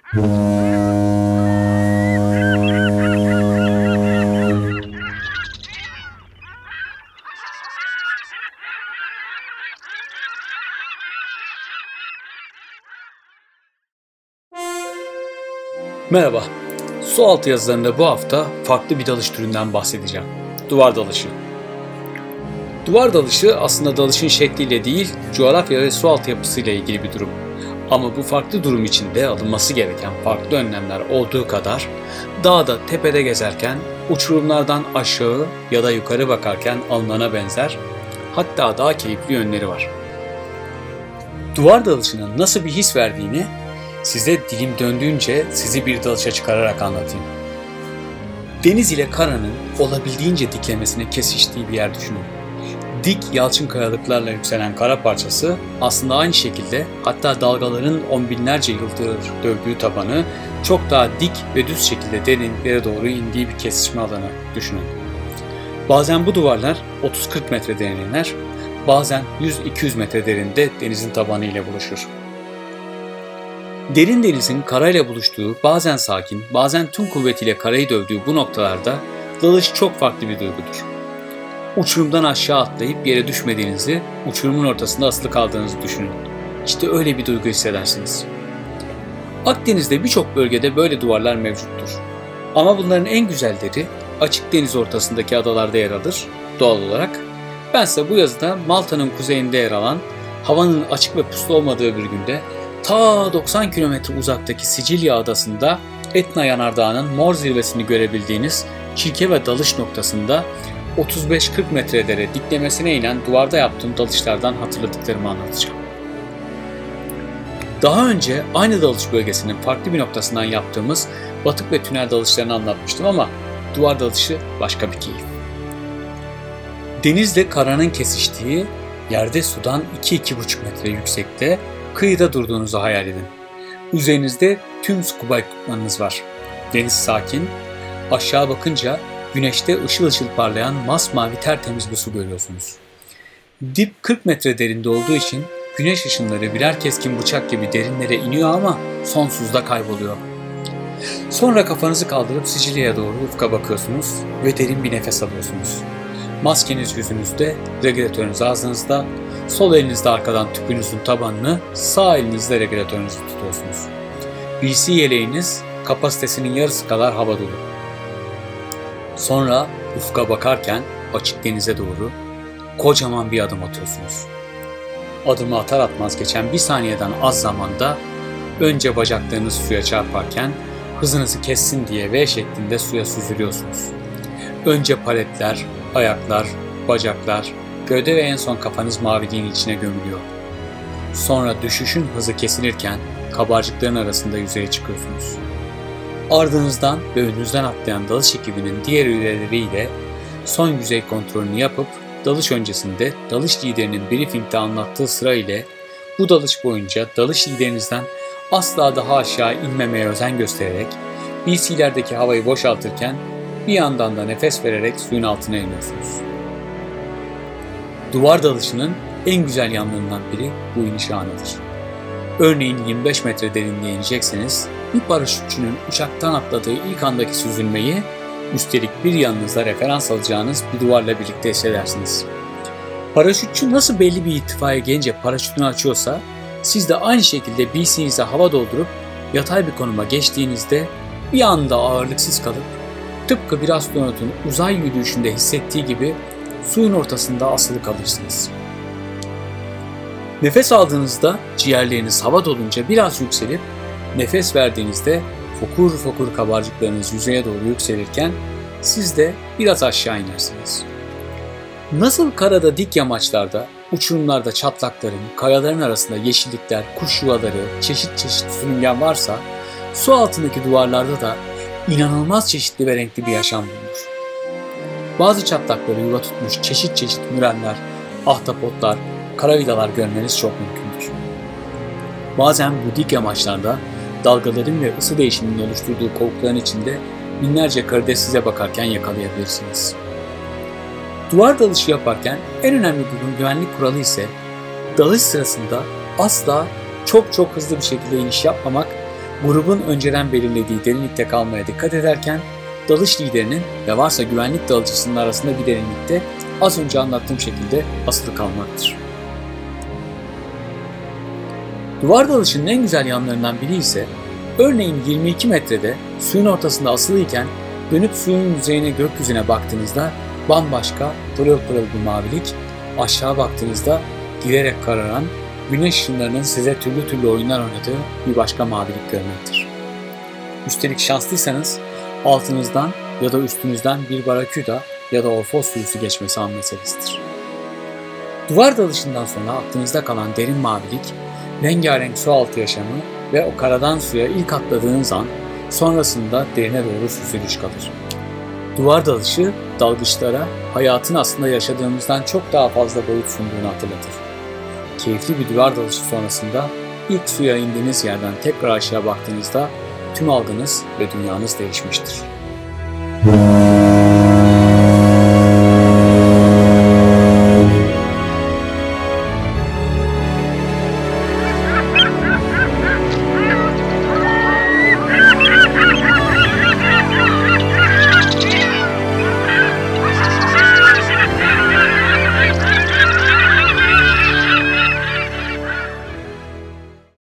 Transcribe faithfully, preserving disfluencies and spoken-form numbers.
Merhaba, Sualtı yazılarında bu hafta farklı bir dalış türünden bahsedeceğim. Duvar dalışı. Duvar dalışı aslında dalışın şekliyle değil, coğrafya ve sualtı yapısıyla ilgili bir durum. Ama bu farklı durum içinde alınması gereken farklı önlemler olduğu kadar dağda, tepede gezerken, uçurumlardan aşağı ya da yukarı bakarken alınana benzer, hatta daha keyifli yönleri var. Duvar dalışının nasıl bir his verdiğini size dilim döndüğünce sizi bir dalışa çıkararak anlatayım. Deniz ile karanın olabildiğince diklemesine kesiştiği bir yer düşünün. Dik yalçın kayalıklarla yükselen kara parçası aslında aynı şekilde, hatta dalgaların on binlerce yıldır dövdüğü tabanı çok daha dik ve düz şekilde derinliklere doğru indiği bir kesişme alanı düşünün. Bazen bu duvarlar otuz kırk metre derine iner, bazen yüz iki yüz metre derinde denizin tabanı ile buluşur. Derin denizin karayla buluştuğu, bazen sakin, bazen tüm kuvvetiyle karayı dövdüğü bu noktalarda dalış çok farklı bir duygudur. Uçurumdan aşağı atlayıp yere düşmediğinizi, uçurumun ortasında asılı kaldığınızı düşünün. İşte öyle bir duygu hissedersiniz. Akdeniz'de birçok bölgede böyle duvarlar mevcuttur. Ama bunların en güzelleri açık deniz ortasındaki adalarda yer alır doğal olarak. Bense bu yazıda Malta'nın kuzeyinde yer alan, havanın açık ve puslu olmadığı bir günde ta doksan kilometre uzaktaki Sicilya adasında Etna yanardağının mor zirvesini görebildiğiniz çirke ve dalış noktasında otuz beş kırk metrelere diklemesine inen duvarda yaptığım dalışlardan hatırladıklarımı anlatacağım. Daha önce aynı dalış bölgesinin farklı bir noktasından yaptığımız batık ve tünel dalışlarını anlatmıştım ama duvar dalışı başka bir keyif. Denizle karanın kesiştiği, yerde sudan iki iki buçuk metre yüksekte kıyıda durduğunuzu hayal edin. Üzerinizde tüm scuba ekipmanınız var. Deniz sakin, aşağı bakınca güneşte ışıl ışıl parlayan masmavi tertemiz bir su görüyorsunuz. Dip kırk metre derinde olduğu için güneş ışınları birer keskin bıçak gibi derinlere iniyor ama sonsuzda kayboluyor. Sonra kafanızı kaldırıp Sicilya'ya doğru ufka bakıyorsunuz ve derin bir nefes alıyorsunuz. Maskeniz yüzünüzde, regülatörünüz ağzınızda, sol elinizde arkadan tüpünüzün tabanını, sağ elinizde regülatörünüzü tutuyorsunuz. B C yeleğiniz kapasitesinin yarısı kadar hava dolu. Sonra ufka bakarken açık denize doğru kocaman bir adım atıyorsunuz. Adımı atar atmaz geçen bir saniyeden az zamanda önce bacaklarınız suya çarparken hızınızı kessin diye V şeklinde suya süzülüyorsunuz. Önce paletler, ayaklar, bacaklar, gövde ve en son kafanız maviliğin içine gömülüyor. Sonra düşüşün hızı kesilirken kabarcıkların arasında yüzeye çıkıyorsunuz. Ardınızdan ve önünüzden atlayan dalış ekibinin diğer üyeleriyle son yüzey kontrolünü yapıp dalış öncesinde dalış liderinin briefingde anlattığı sıra ile bu dalış boyunca dalış liderinizden asla daha aşağı inmemeye özen göstererek B C'lerdeki havayı boşaltırken bir yandan da nefes vererek suyun altına iniyorsunuz. Duvar dalışının en güzel yanlarından biri bu iniş anıdır. Örneğin yirmi beş metre derinliğe inecekseniz bir paraşütçünün uçaktan atladığı ilk andaki süzülmeyi, üstelik bir yanınızda referans alacağınız bir duvarla birlikte hissedersiniz. Paraşütçü nasıl belli bir irtifaya gelince paraşütünü açıyorsa, siz de aynı şekilde B C'nize hava doldurup yatay bir konuma geçtiğinizde bir anda ağırlıksız kalıp tıpkı bir astronotun uzay yürüyüşünde hissettiği gibi suyun ortasında asılı kalırsınız. Nefes aldığınızda ciğerleriniz hava dolunca biraz yükselip nefes verdiğinizde fokur fokur kabarcıklarınız yüzeye doğru yükselirken siz de biraz aşağı inersiniz. Nasıl karada dik yamaçlarda, uçurumlarda çatlakların, kayaların arasında yeşillikler, kuş yuvaları, çeşit çeşit sürüngen varsa, su altındaki duvarlarda da inanılmaz çeşitli ve renkli bir yaşam bulunur. Bazı çatlakları yuva tutmuş çeşit çeşit mürenler, ahtapotlar, karavidalar görmeniz çok mümkündür. Bazen bu dik yamaçlarda dalgaların ve ısı değişiminin oluşturduğu kovukların içinde binlerce karides size bakarken yakalayabilirsiniz. Duvar dalışı yaparken en önemli bir güvenlik kuralı ise dalış sırasında asla çok çok hızlı bir şekilde iniş yapmamak grubun önceden belirlediği derinlikte kalmaya dikkat ederken, dalış liderinin ve varsa güvenlik dalıcısının arasında bir derinlikte az önce anlattığım şekilde asılı kalmaktır. Duvar dalışının en güzel yanlarından biri ise, örneğin yirmi iki metrede suyun ortasında asılıyken dönüp suyun yüzeyine, gökyüzüne baktığınızda bambaşka pırıl pırıl bir mavilik, aşağı baktığınızda giderek kararan, güneş ışınlarının size türlü türlü oyunlar oynadığı bir başka mavilik görmektir. Üstelik şanslıysanız altınızdan ya da üstünüzden bir baraküda ya da orfos suyusu geçmesi an meselesidir. Duvar dalışından sonra aklınızda kalan derin mavilik, rengarenk sualtı yaşamı ve o karadan suya ilk atladığınız an sonrasında derine doğru süzülüş kalır. Duvar dalışı dalgıçlara hayatın aslında yaşadığımızdan çok daha fazla boyut sunduğunu hatırlatır. Keyifli bir duvar dalışı sonrasında ilk suya indiğiniz yerden tekrar aşağı baktığınızda tüm algınız ve dünyanız değişmiştir.